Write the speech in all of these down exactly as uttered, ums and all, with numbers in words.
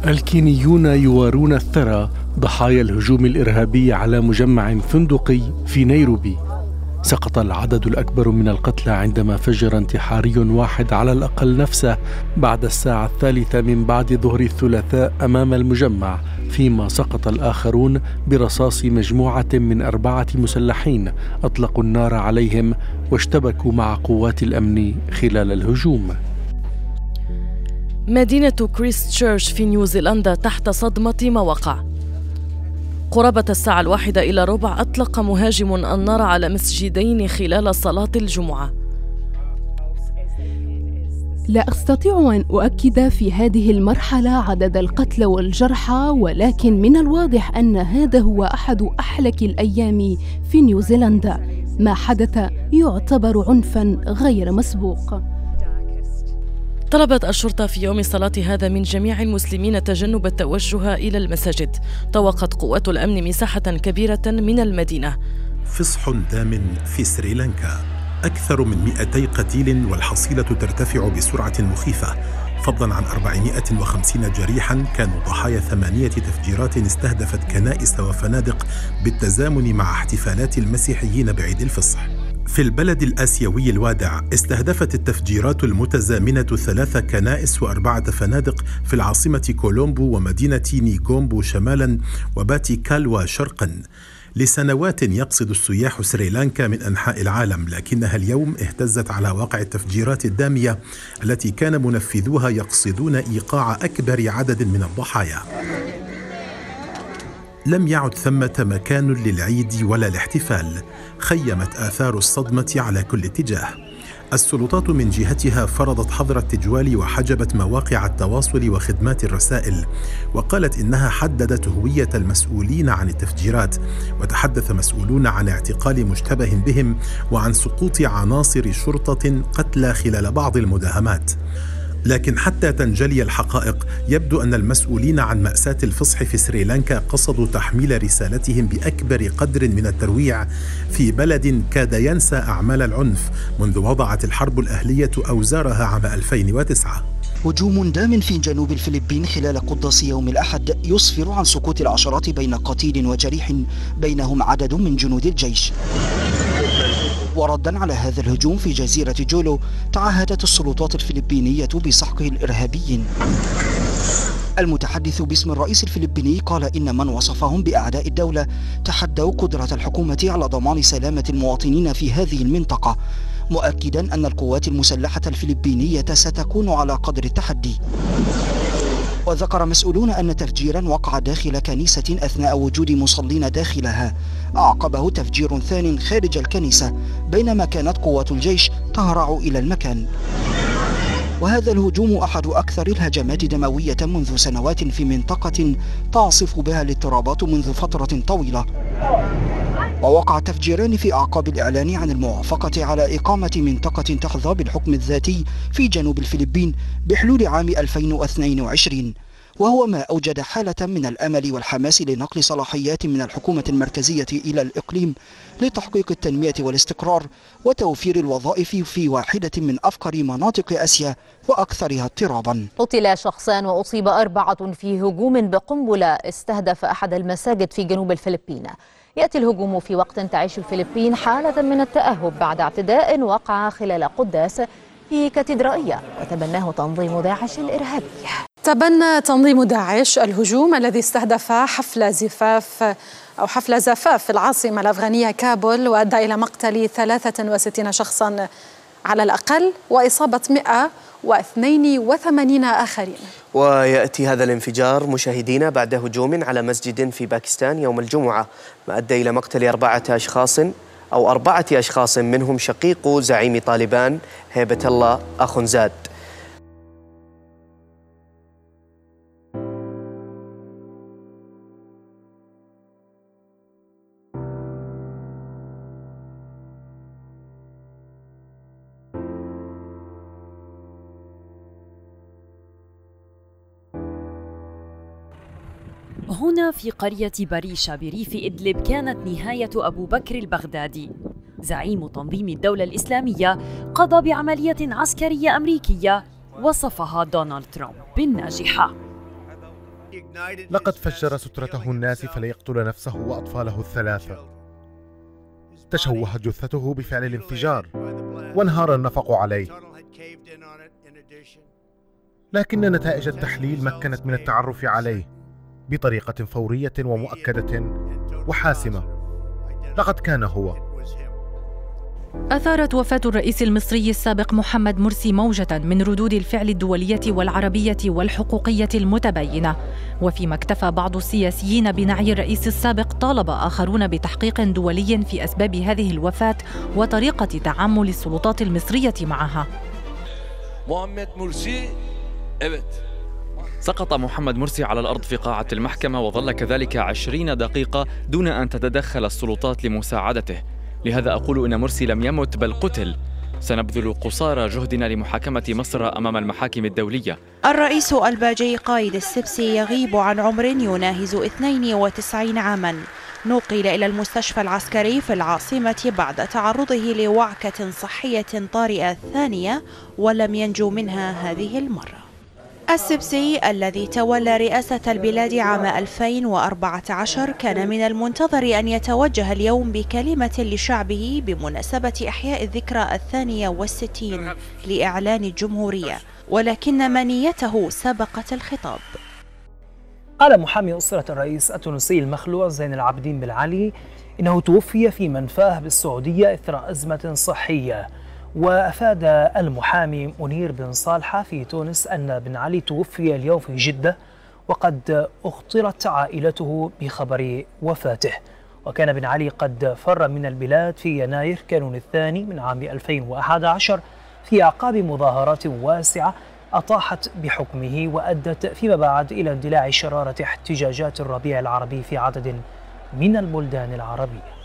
الكينيون يوارون الثرى ضحايا الهجوم الإرهابي على مجمع فندقي في نيروبي. سقط العدد الأكبر من القتلى عندما فجر انتحاري واحد على الأقل نفسه بعد الساعة الثالثة من بعد ظهر الثلاثاء أمام المجمع، فيما سقط الآخرون برصاص مجموعة من أربعة مسلحين أطلقوا النار عليهم واشتبكوا مع قوات الأمن خلال الهجوم. مدينة كريست تشيرش في نيوزيلندا تحت صدمة ما وقع. قرابة الساعة الواحدة إلى ربع أطلق مهاجم النار على مسجدين خلال صلاة الجمعة. لا أستطيع أن أؤكد في هذه المرحلة عدد القتلى والجرحى، ولكن من الواضح أن هذا هو أحد أحلك الأيام في نيوزيلندا. ما حدث يعتبر عنفاً غير مسبوق. طلبت الشرطة في يوم الصلاة هذا من جميع المسلمين تجنب التوجه إلى المساجد. طوقت قوات الأمن مساحة كبيرة من المدينة. فصح دام في سريلانكا، أكثر من مئتي قتيل والحصيلة ترتفع بسرعة مخيفة، فضلاً عن أربعمائة وخمسين جريحاً كانوا ضحايا ثمانية تفجيرات استهدفت كنائس وفنادق بالتزامن مع احتفالات المسيحيين بعيد الفصح. في البلد الآسيوي الوادع استهدفت التفجيرات المتزامنة ثلاث كنائس وأربعة فنادق في العاصمة كولومبو ومدينة نيغومبو شمالاً وباتي كالوا شرقاً. لسنوات يقصد السياح سريلانكا من أنحاء العالم، لكنها اليوم اهتزت على واقع التفجيرات الدامية التي كان منفذوها يقصدون إيقاع أكبر عدد من الضحايا. لم يعد ثمة مكان للعيد ولا الاحتفال، خيمت آثار الصدمة على كل اتجاه. السلطات من جهتها فرضت حظر التجوال وحجبت مواقع التواصل وخدمات الرسائل، وقالت إنها حددت هوية المسؤولين عن التفجيرات، وتحدث مسؤولون عن اعتقال مشتبه بهم وعن سقوط عناصر شرطة قتلى خلال بعض المداهمات. لكن حتى تنجلي الحقائق يبدو أن المسؤولين عن مأساة الفصح في سريلانكا قصدوا تحميل رسالتهم بأكبر قدر من الترويع في بلد كاد ينسى أعمال العنف منذ وضعت الحرب الأهلية أوزارها عام ألفين وتسعة. هجوم دام في جنوب الفلبين خلال قداس يوم الأحد يسفر عن سقوط العشرات بين قتيل وجريح، بينهم عدد من جنود الجيش. وردا على هذا الهجوم في جزيرة جولو، تعهدت السلطات الفلبينية بسحق الإرهابيين. المتحدث باسم الرئيس الفلبيني قال إن من وصفهم بأعداء الدولة تحدوا قدرة الحكومة على ضمان سلامة المواطنين في هذه المنطقة، مؤكدا أن القوات المسلحة الفلبينية ستكون على قدر التحدي. وذكر مسؤولون أن تفجيرا وقع داخل كنيسة أثناء وجود مصلين داخلها، أعقبه تفجير ثان خارج الكنيسة بينما كانت قوات الجيش تهرع إلى المكان. وهذا الهجوم أحد أكثر الهجمات دموية منذ سنوات في منطقة تعصف بها الاضطرابات منذ فترة طويلة. ووقع تفجيران في أعقاب الإعلان عن الموافقة على إقامة منطقة تحظى بالحكم الذاتي في جنوب الفلبين بحلول عام ألفين واثنين وعشرين، وهو ما أوجد حالة من الأمل والحماس لنقل صلاحيات من الحكومة المركزية إلى الإقليم لتحقيق التنمية والاستقرار وتوفير الوظائف في واحدة من أفقر مناطق آسيا وأكثرها اضطرابا. قتل شخصان وأصيب أربعة في هجوم بقنبلة استهدف أحد المساجد في جنوب الفلبين. يأتي الهجوم في وقت تعيش الفلبين حالة من التأهب بعد اعتداء وقع خلال قداس في كاتدرائية وتبناه تنظيم داعش الإرهابي. تبنى تنظيم داعش الهجوم الذي استهدف حفل زفاف أو حفل زفاف في العاصمة الأفغانية كابول، وأدى إلى مقتل ثلاثة وستين شخصا على الأقل وإصابة مئة واثنين وثمانين آخرين. ويأتي هذا الانفجار مشاهدين بعد هجوم على مسجد في باكستان يوم الجمعة، ما أدى إلى مقتل أربعة أشخاص أو أربعة أشخاص منهم شقيق زعيم طالبان هيبة الله أخنزاد. هنا في قرية بريشة بريف إدلب كانت نهاية أبو بكر البغدادي زعيم تنظيم الدولة الإسلامية. قضى بعملية عسكرية أمريكية وصفها دونالد ترامب بالناجحة. لقد فجر سترته الناسفة ليقتل نفسه وأطفاله الثلاثة. تشوهت جثته بفعل الانفجار وانهار النفق عليه، لكن نتائج التحليل مكنت من التعرف عليه بطريقة فورية ومؤكدة وحاسمة. لقد كان هو. أثارت وفاة الرئيس المصري السابق محمد مرسي موجة من ردود الفعل الدولية والعربية والحقوقية المتباينة، وفيما اكتفى بعض السياسيين بنعي الرئيس السابق، طالب آخرون بتحقيق دولي في أسباب هذه الوفاة وطريقة تعامل السلطات المصرية معها. محمد مرسي evet. سقط محمد مرسي على الأرض في قاعة المحكمة وظل كذلك عشرين دقيقة دون أن تتدخل السلطات لمساعدته. لهذا أقول إن مرسي لم يمت بل قتل. سنبذل قصارى جهدنا لمحاكمة مصر أمام المحاكم الدولية. الرئيس الباجي قائد السبسي يغيب عن عمر يناهز اثنين وتسعين عاما. نقل إلى المستشفى العسكري في العاصمة بعد تعرضه لوعكة صحية طارئة ثانية ولم ينجو منها هذه المرة. السبسي الذي تولى رئاسة البلاد عام ألفين وأربعة عشر كان من المنتظر أن يتوجه اليوم بكلمة لشعبه بمناسبة إحياء الذكرى الثانية والستين لإعلان الجمهورية، ولكن منيته سبقت الخطاب. قال محامي أسرة الرئيس التونسي المخلوع زين العابدين بن علي إنه توفي في منفاه بالسعودية إثر أزمة صحية. وأفاد المحامي منير بن صالحة في تونس أن بن علي توفي اليوم في جدة، وقد أخطرت عائلته بخبر وفاته. وكان بن علي قد فر من البلاد في يناير كانون الثاني من عام ألفين وأحد عشر في أعقاب مظاهرات واسعة أطاحت بحكمه وأدت فيما بعد إلى اندلاع شرارة احتجاجات الربيع العربي في عدد من البلدان العربية.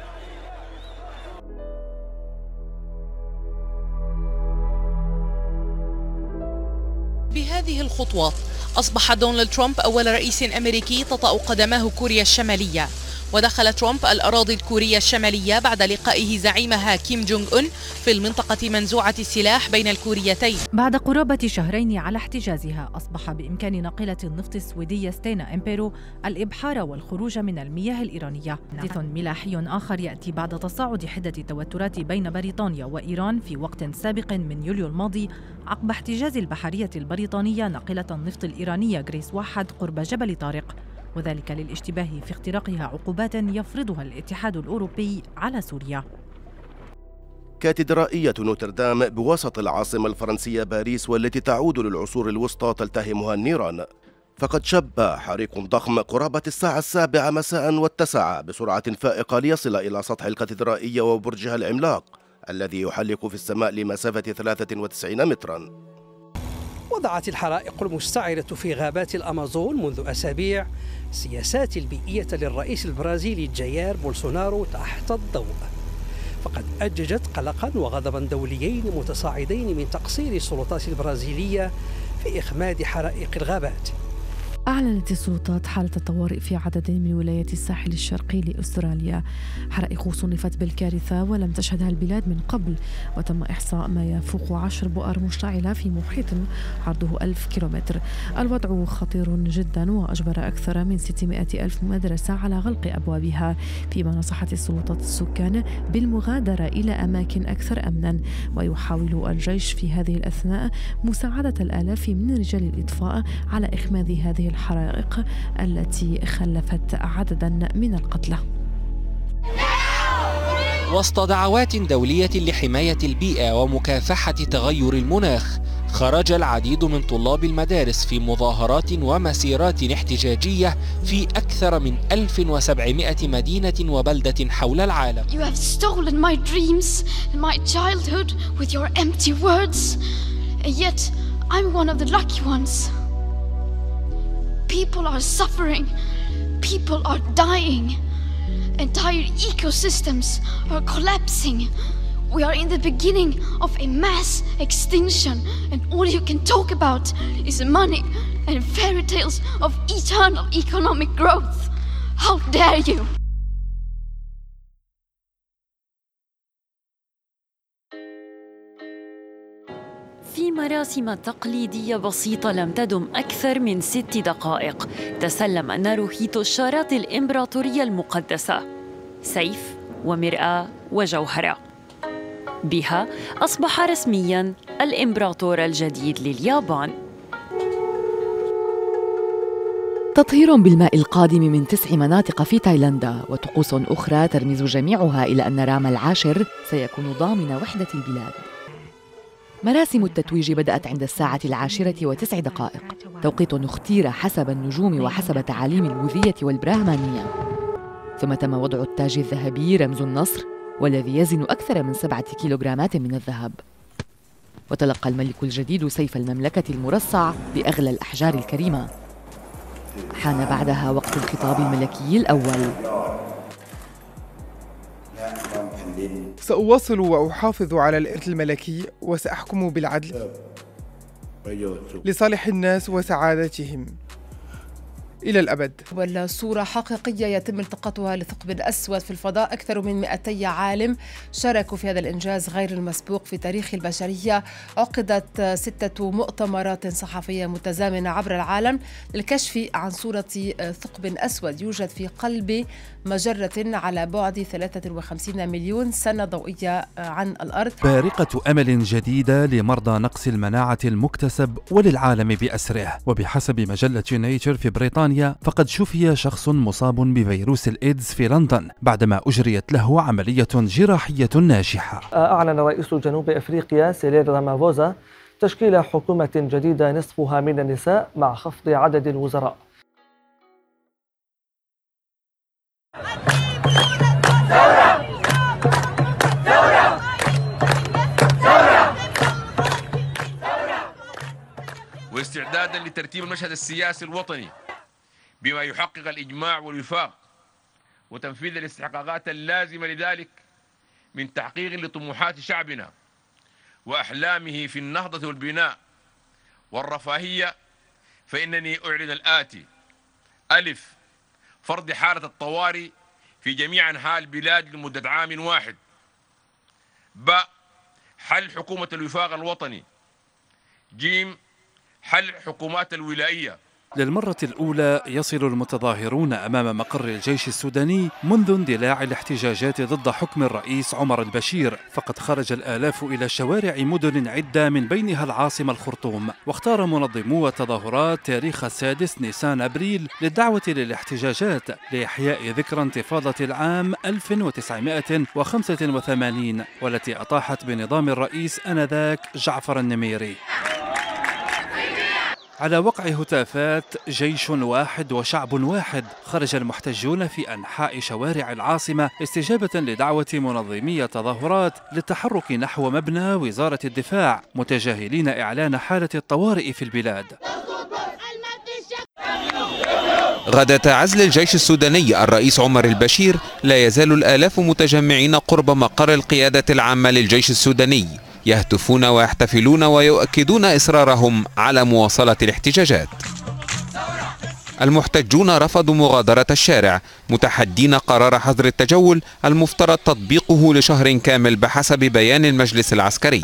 بهذه الخطوات أصبح دونالد ترامب أول رئيس أمريكي تطأ قدماه كوريا الشمالية. ودخل ترامب الأراضي الكورية الشمالية بعد لقائه زعيمها كيم جونغ أون في المنطقة منزوعة السلاح بين الكوريتين. بعد قرابة شهرين على احتجازها، أصبح بإمكان ناقلة النفط السويدية ستينا إمبيرو الإبحار والخروج من المياه الإيرانية. حديث ملاحي آخر يأتي بعد تصاعد حدة التوترات بين بريطانيا وإيران في وقت سابق من يوليو الماضي، عقب احتجاز البحرية البريطانية ناقلة النفط الإيرانية غريس واحد قرب جبل طارق، وذلك للاشتباه في اختراقها عقوبات يفرضها الاتحاد الأوروبي على سوريا. كاتدرائية نوتردام بوسط العاصمة الفرنسية باريس، والتي تعود للعصور الوسطى تلتهمها النيران، فقد شب حريق ضخم قرابة الساعة السابعة مساء واتسع بسرعة فائقة ليصل إلى سطح الكاتدرائية وبرجها العملاق الذي يحلق في السماء لمسافة ثلاثة وتسعين مترا. وضعت الحرائق المستعرة في غابات الأمازون منذ أسابيع السياسات البيئية للرئيس البرازيلي جاير بولسونارو تحت الضوء، فقد أججت قلقا وغضبا دوليين متصاعدين من تقصير السلطات البرازيلية في إخماد حرائق الغابات. أعلنت السلطات حالة الطوارئ في عدد من ولايات الساحل الشرقي لأستراليا. حرائق صنفت بالكارثة ولم تشهدها البلاد من قبل، وتم إحصاء ما يفوق عشر بؤر مشتعلة في محيط عرضه ألف كيلومتر. الوضع خطير جدا، وأجبر أكثر من ستمائة ألف مدرسة على غلق أبوابها، فيما نصحت السلطات السكان بالمغادرة إلى أماكن أكثر أمنا. ويحاول الجيش في هذه الأثناء مساعدة الآلاف من رجال الإطفاء على إخماد هذه الحرائق التي خلفت عددا من القتلى. وسط دعوات دولية لحماية البيئة ومكافحة تغير المناخ، خرج العديد من طلاب المدارس في مظاهرات ومسيرات احتجاجية في أكثر من ألف وسبعمائة مدينة وبلدة حول العالم. You have stolen my dreams and my childhood with your empty words, and yet I'm one of the lucky ones. People are suffering. People are dying. Entire ecosystems are collapsing. We are in the beginning of a mass extinction, and all you can talk about is money and fairy tales of eternal economic growth. How dare you? في مراسم تقليدية بسيطة لم تدم أكثر من ست دقائق. تسلم ناروهيتو الشارات الإمبراطورية المقدسة، سيف ومرآة وجوهرة. بها أصبح رسمياً الإمبراطور الجديد لليابان. تطهير بالماء القادم من تسع مناطق في تايلاندا، وطقوس أخرى ترمز جميعها إلى أن رام العاشر سيكون ضامن وحدة البلاد. مراسم التتويج بدأت عند الساعة العاشرة وتسع دقائق، توقيت اختير حسب النجوم وحسب تعاليم البوذية والبراهمانية. ثم تم وضع التاج الذهبي رمز النصر، والذي يزن أكثر من سبعة كيلوغرامات من الذهب. وتلقى الملك الجديد سيف المملكة المرصع بأغلى الأحجار الكريمة. حان بعدها وقت الخطاب الملكي الأول. سأواصل وأحافظ على الإرث الملكي، وسأحكم بالعدل لصالح الناس وسعادتهم إلى الأبد. ولا صورة حقيقية يتم التقاطها لثقب أسود في الفضاء. أكثر من مئتي عالم شاركوا في هذا الإنجاز غير المسبوق في تاريخ البشرية. عقدت ستة مؤتمرات صحفية متزامنة عبر العالم للكشف عن صورة ثقب أسود يوجد في قلب مجرة على بعد ثلاثة وخمسين مليون سنة ضوئية عن الأرض. بارقة أمل جديدة لمرضى نقص المناعة المكتسب وللعالم بأسره. وبحسب مجلة نيتشر في بريطانيا، فقد شفي شخص مصاب بفيروس الإيدز في لندن بعدما أجريت له عملية جراحية ناجحة. أعلن رئيس جنوب أفريقيا سيريل رامافوزا تشكيل حكومة جديدة نصفها من النساء مع خفض عدد الوزراء. واستعدادا لترتيب المشهد السياسي الوطني بما يحقق الإجماع والوفاق وتنفيذ الاستحقاقات اللازمة لذلك من تحقيق لطموحات شعبنا وأحلامه في النهضة والبناء والرفاهية، فإنني أعلن الآتي: ألف، فرض حالة الطوارئ في جميع أنحاء البلاد لمدة عام واحد. باء، حل حكومة الوفاق الوطني. جيم، حل حكومات الولائية. للمرة الأولى يصل المتظاهرون أمام مقر الجيش السوداني منذ اندلاع الاحتجاجات ضد حكم الرئيس عمر البشير، فقد خرج الآلاف إلى شوارع مدن عدة من بينها العاصمة الخرطوم. واختار منظمو التظاهرات تاريخ السادس نيسان أبريل للدعوة للاحتجاجات لإحياء ذكرى انتفاضة العام ألف وتسعمائة وخمسة وثمانين والتي أطاحت بنظام الرئيس آنذاك جعفر النميري. على وقع هتافات جيش واحد وشعب واحد، خرج المحتجون في أنحاء شوارع العاصمة استجابة لدعوة منظمي التظاهرات للتحرك نحو مبنى وزارة الدفاع، متجاهلين إعلان حالة الطوارئ في البلاد. غداة عزل الجيش السوداني الرئيس عمر البشير، لا يزال الآلاف متجمعين قرب مقر القيادة العامة للجيش السوداني، يهتفون ويحتفلون ويؤكدون إصرارهم على مواصلة الاحتجاجات. المحتجون رفضوا مغادرة الشارع، متحدين قرار حظر التجول المفترض تطبيقه لشهر كامل بحسب بيان المجلس العسكري.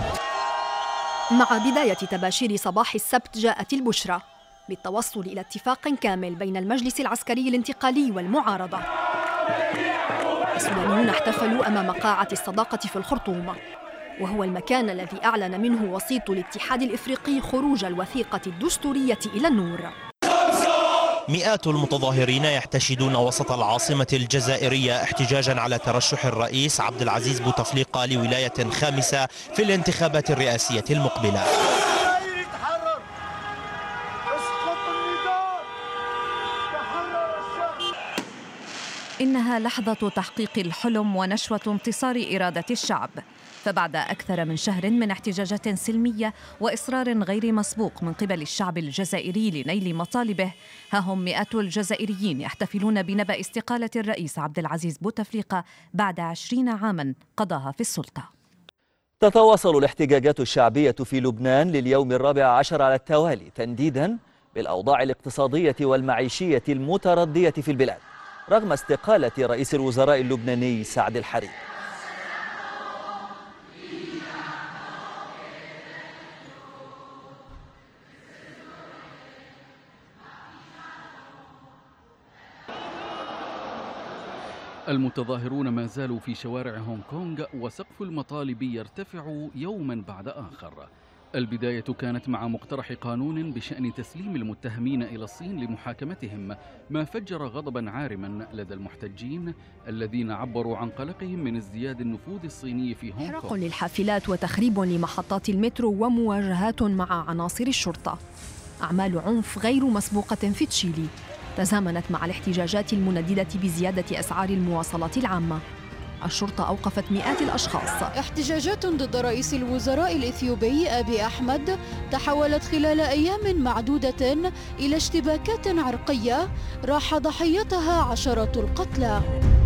مع بداية تباشير صباح السبت جاءت البشرى بالتوصل إلى اتفاق كامل بين المجلس العسكري الانتقالي والمعارضة. السودانيون احتفلوا أمام قاعة الصداقة في الخرطوم، وهو المكان الذي أعلن منه وسيط الاتحاد الإفريقي خروج الوثيقة الدستورية إلى النور. مئات المتظاهرين يحتشدون وسط العاصمة الجزائرية احتجاجا على ترشح الرئيس عبد العزيز بوتفليقة لولاية خامسة في الانتخابات الرئاسية المقبلة. إنها لحظة تحقيق الحلم ونشوة انتصار إرادة الشعب، فبعد أكثر من شهر من احتجاجات سلمية وإصرار غير مسبوق من قبل الشعب الجزائري لنيل مطالبه، ها هم مئات الجزائريين يحتفلون بنبأ استقالة الرئيس عبد العزيز بوتفليقة بعد عشرين عاماً قضاها في السلطة. تتواصل الاحتجاجات الشعبية في لبنان لليوم الرابع عشر على التوالي تنديداً بالأوضاع الاقتصادية والمعيشية المتردية في البلاد رغم استقالة رئيس الوزراء اللبناني سعد الحريري. المتظاهرون ما زالوا في شوارع هونغ كونغ وسقف المطالب يرتفع يوما بعد آخر. البداية كانت مع مقترح قانون بشأن تسليم المتهمين إلى الصين لمحاكمتهم، ما فجر غضبا عارما لدى المحتجين الذين عبروا عن قلقهم من ازدياد النفوذ الصيني في هونغ كونغ. إحراق للحافلات وتخريب لمحطات المترو ومواجهات مع عناصر الشرطة. أعمال عنف غير مسبوقة في تشيلي تزامنت مع الاحتجاجات المنددة بزيادة أسعار المواصلات العامة. الشرطة أوقفت مئات الأشخاص. احتجاجات ضد رئيس الوزراء الإثيوبي أبي أحمد تحولت خلال أيام معدودة إلى اشتباكات عرقية راح ضحيتها عشرات القتلى.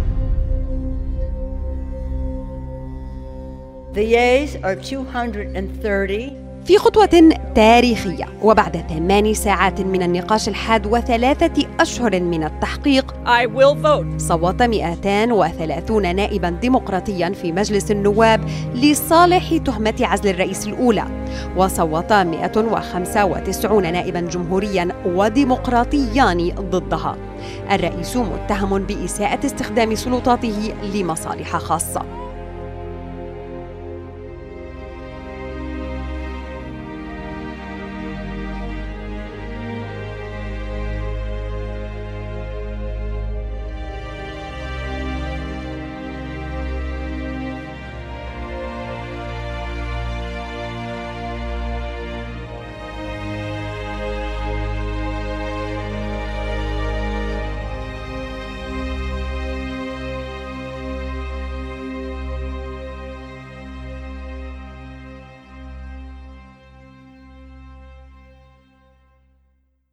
The years are two hundred thirty. في خطوة تاريخية وبعد ثمان ساعات من النقاش الحاد وثلاثة أشهر من التحقيق I will vote. صوت مئتين وثلاثين نائباً ديمقراطياً في مجلس النواب لصالح تهمة عزل الرئيس الأولى، وصوت مئة وخمسة وتسعين نائباً جمهورياً وديمقراطيان ضدها. الرئيس متهم بإساءة استخدام سلطاته لمصالح خاصة.